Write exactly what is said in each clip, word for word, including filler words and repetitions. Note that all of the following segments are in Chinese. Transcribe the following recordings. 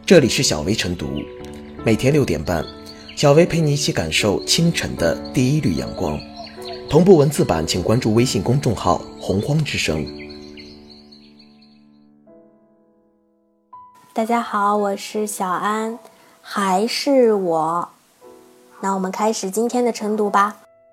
这里是小薇晨读，每天六点半，小薇陪你一起感受清晨的第一缕阳光。同步文字版请关注微信公众号洪荒之声。 大家好，我是小安，还是我。那我们开始今天的晨读吧。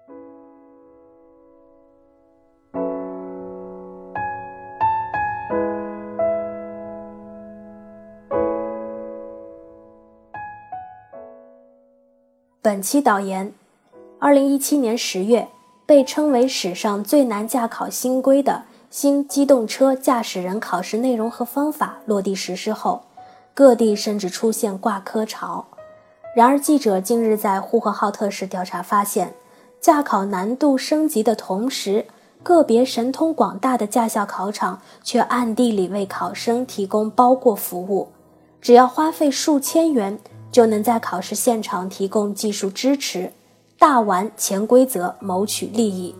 本期导言：二零一七年十月，被称为史上最难驾考新规的新机动车驾驶人考试内容和方法落地实施后，各地甚至出现挂科潮。然而记者近日在呼和浩特市调查发现，驾考难度升级的同时，个别神通广大的驾校考场却暗地里为考生提供包过服务，只要花费数千元就能在考试现场提供技术支持，大玩潜规则谋取利益。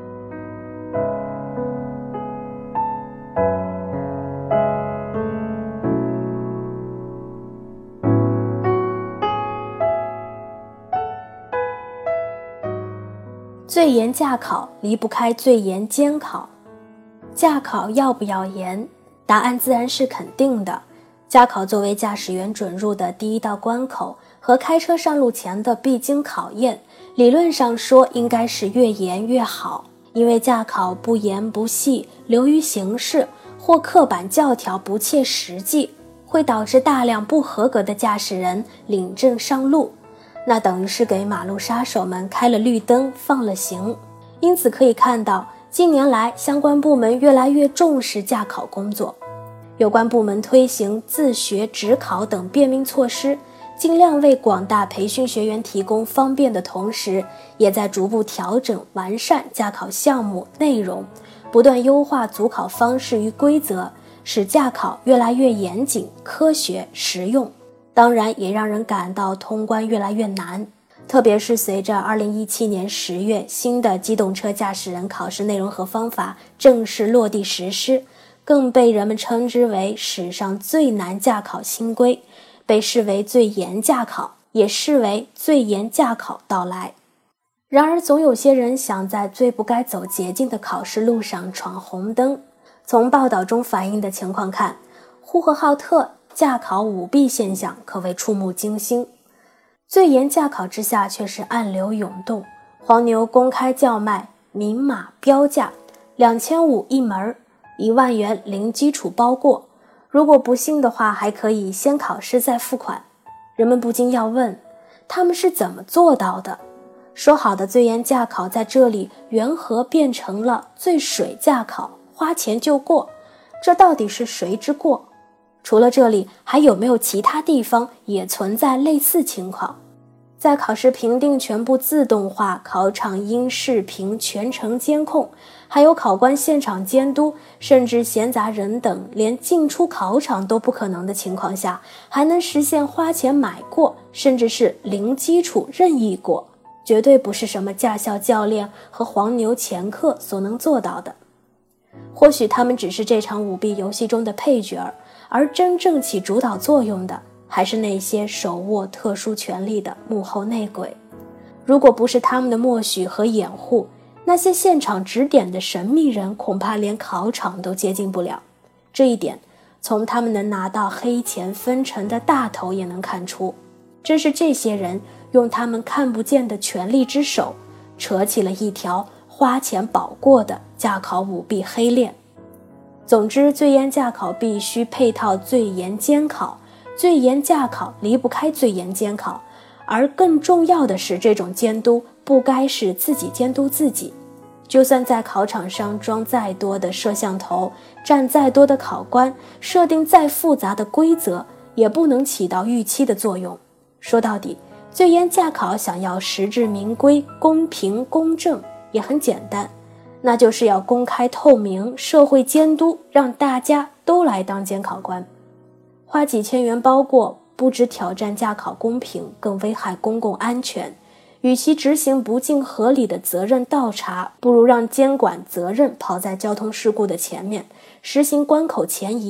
最严驾考离不开最严监考。驾考要不要严？答案自然是肯定的。驾考作为驾驶员准入的第一道关口和开车上路前的必经考验，理论上说应该是越严越好，因为驾考不严不细，流于形式或刻板教条不切实际，会导致大量不合格的驾驶人领证上路，那等于是给马路杀手们开了绿灯放了行。因此可以看到，近年来相关部门越来越重视驾考工作，有关部门推行自学直考等便民措施，尽量为广大培训学员提供方便的同时，也在逐步调整完善驾考项目内容，不断优化组考方式与规则，使驾考越来越严谨、科学、实用。当然也让人感到通关越来越难，特别是随着二零一七年十月新的机动车驾驶人考试内容和方法正式落地实施，更被人们称之为史上最难驾考新规，被视为最严驾考，也视为最严驾考到来。然而总有些人想在最不该走捷径的考试路上闯红灯。从报道中反映的情况看，呼和浩特驾考舞弊现象可谓触目惊心。最严驾考之下却是暗流涌动，黄牛公开叫卖，明码标价，两千五一门，一万元零基础包过，如果不信的话还可以先考试再付款。人们不禁要问，他们是怎么做到的？说好的最严驾考在这里缘何变成了最水驾考，花钱就过？这到底是谁之过？除了这里，还有没有其他地方也存在类似情况？在考试评定全部自动化，考场音视频全程监控，还有考官现场监督，甚至闲杂人等连进出考场都不可能的情况下，还能实现花钱买过，甚至是零基础任意过，绝对不是什么驾校教练和黄牛掮客所能做到的。或许他们只是这场舞弊游戏中的配角，而真正起主导作用的还是那些手握特殊权力的幕后内鬼。如果不是他们的默许和掩护，那些现场指点的神秘人恐怕连考场都接近不了。这一点从他们能拿到黑钱分成的大头也能看出，正是这些人用他们看不见的权力之手，扯起了一条花钱保过的驾考舞弊黑链。总之，最严驾考必须配套最严监考，最严驾考离不开最严监考，而更重要的是，这种监督不该是自己监督自己。就算在考场上装再多的摄像头，站再多的考官，设定再复杂的规则，也不能起到预期的作用。说到底，最严驾考想要实至名归、公平公正，也很简单，那就是要公开透明，社会监督，让大家都来当监考官。花几千元包过，不只挑战驾考公平，更危害公共安全。与其执行不尽合理的责任倒查，不如让监管责任跑在交通事故的前面，实行关口前移，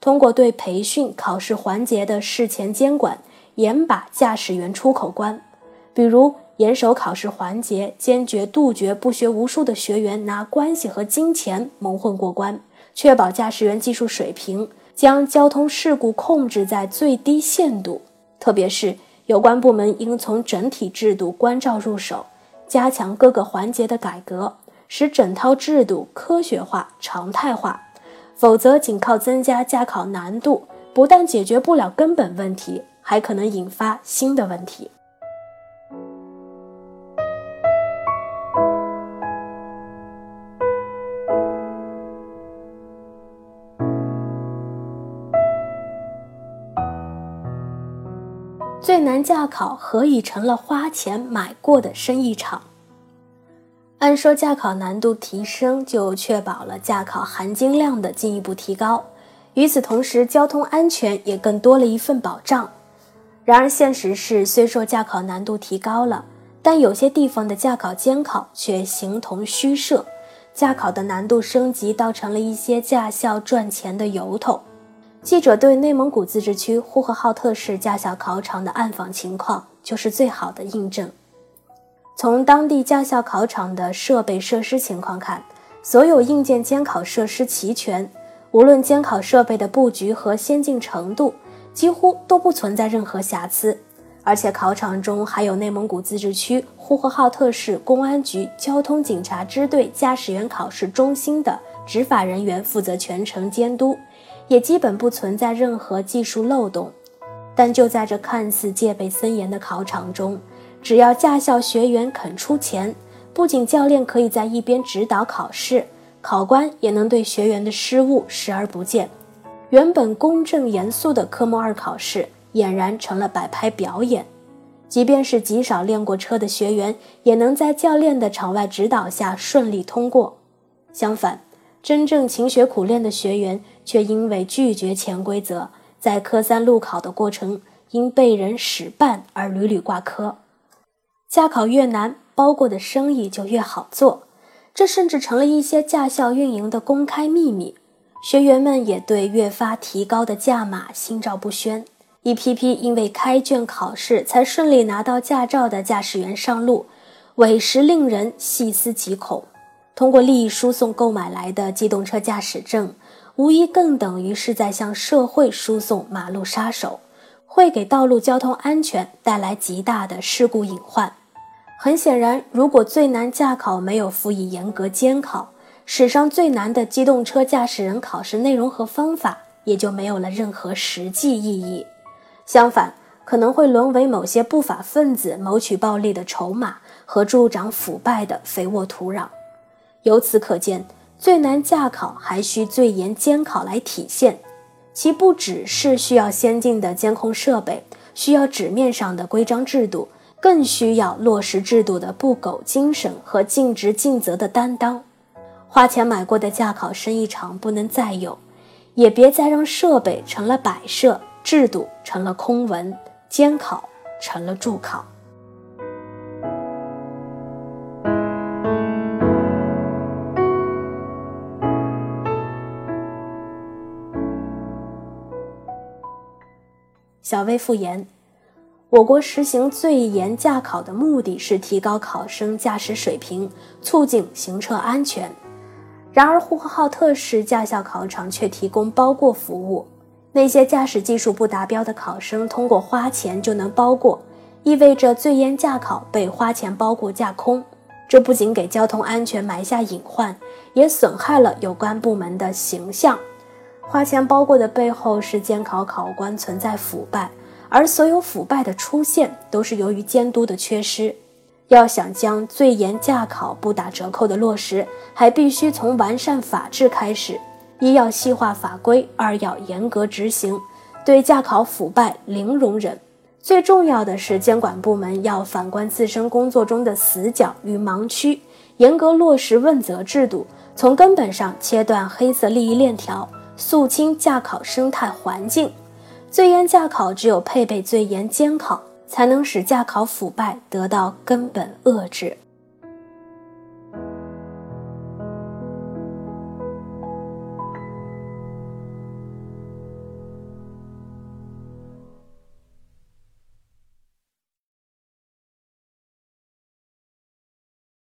通过对培训、考试环节的事前监管，严把驾驶员出口关。比如严守考试环节，坚决杜绝不学无术的学员拿关系和金钱蒙混过关，确保驾驶员技术水平，将交通事故控制在最低限度。特别是有关部门应从整体制度关照入手，加强各个环节的改革，使整套制度科学化、常态化。否则仅靠增加驾考难度，不但解决不了根本问题，还可能引发新的问题。最难驾考何以成了花钱买过的生意场？按说驾考难度提升就确保了驾考含金量的进一步提高，与此同时交通安全也更多了一份保障。然而现实是，虽说驾考难度提高了，但有些地方的驾考监考却形同虚设，驾考的难度升级倒成了一些驾校赚钱的由头。记者对内蒙古自治区呼和浩特市驾校考场的暗访情况就是最好的印证。从当地驾校考场的设备设施情况看，所有硬件监考设施齐全，无论监考设备的布局和先进程度，几乎都不存在任何瑕疵。而且考场中还有内蒙古自治区呼和浩特市公安局交通警察支队驾驶员考试中心的执法人员负责全程监督，也基本不存在任何技术漏洞。但就在这看似戒备森严的考场中，只要驾校学员肯出钱，不仅教练可以在一边指导考试，考官也能对学员的失误视而不见。原本公正严肃的科目二考试俨然成了摆拍表演，即便是极少练过车的学员，也能在教练的场外指导下顺利通过。相反，真正勤学苦练的学员却因为拒绝潜规则，在科三路考的过程因被人使绊而屡屡挂科。驾考越难，包过的生意就越好做，这甚至成了一些驾校运营的公开秘密。学员们也对越发提高的价码心照不宣，一批批因为开卷考试才顺利拿到驾照的驾驶员上路，委实令人细思极恐。通过利益输送购买来的机动车驾驶证，无疑更等于是在向社会输送马路杀手，会给道路交通安全带来极大的事故隐患。很显然，如果最难驾考没有辅以严格监考，史上最难的机动车驾驶人考试内容和方法也就没有了任何实际意义。相反，可能会沦为某些不法分子谋取暴利的筹码和助长腐败的肥沃土壤。由此可见，最难驾考还需最严监考来体现，其不只是需要先进的监控设备，需要纸面上的规章制度，更需要落实制度的不苟精神和尽职尽责的担当。花钱买过的驾考生意场不能再有，也别再让设备成了摆设，制度成了空文，监考成了助考。小微复言，我国实行最严驾考的目的是提高考生驾驶水平，促进行车安全。然而呼和浩特市驾校考场却提供包过服务，那些驾驶技术不达标的考生通过花钱就能包过，意味着最严驾考被花钱包过架空。这不仅给交通安全埋下隐患，也损害了有关部门的形象。花钱包过的背后是监考考官存在腐败，而所有腐败的出现都是由于监督的缺失。要想将最严驾考不打折扣的落实，还必须从完善法制开始，一要细化法规，二要严格执行，对驾考腐败零容忍。最重要的是，监管部门要反观自身工作中的死角与盲区，严格落实问责制度，从根本上切断黑色利益链条，肃清驾考生态环境。最严驾考只有配备最严监考，才能使驾考腐败得到根本遏制。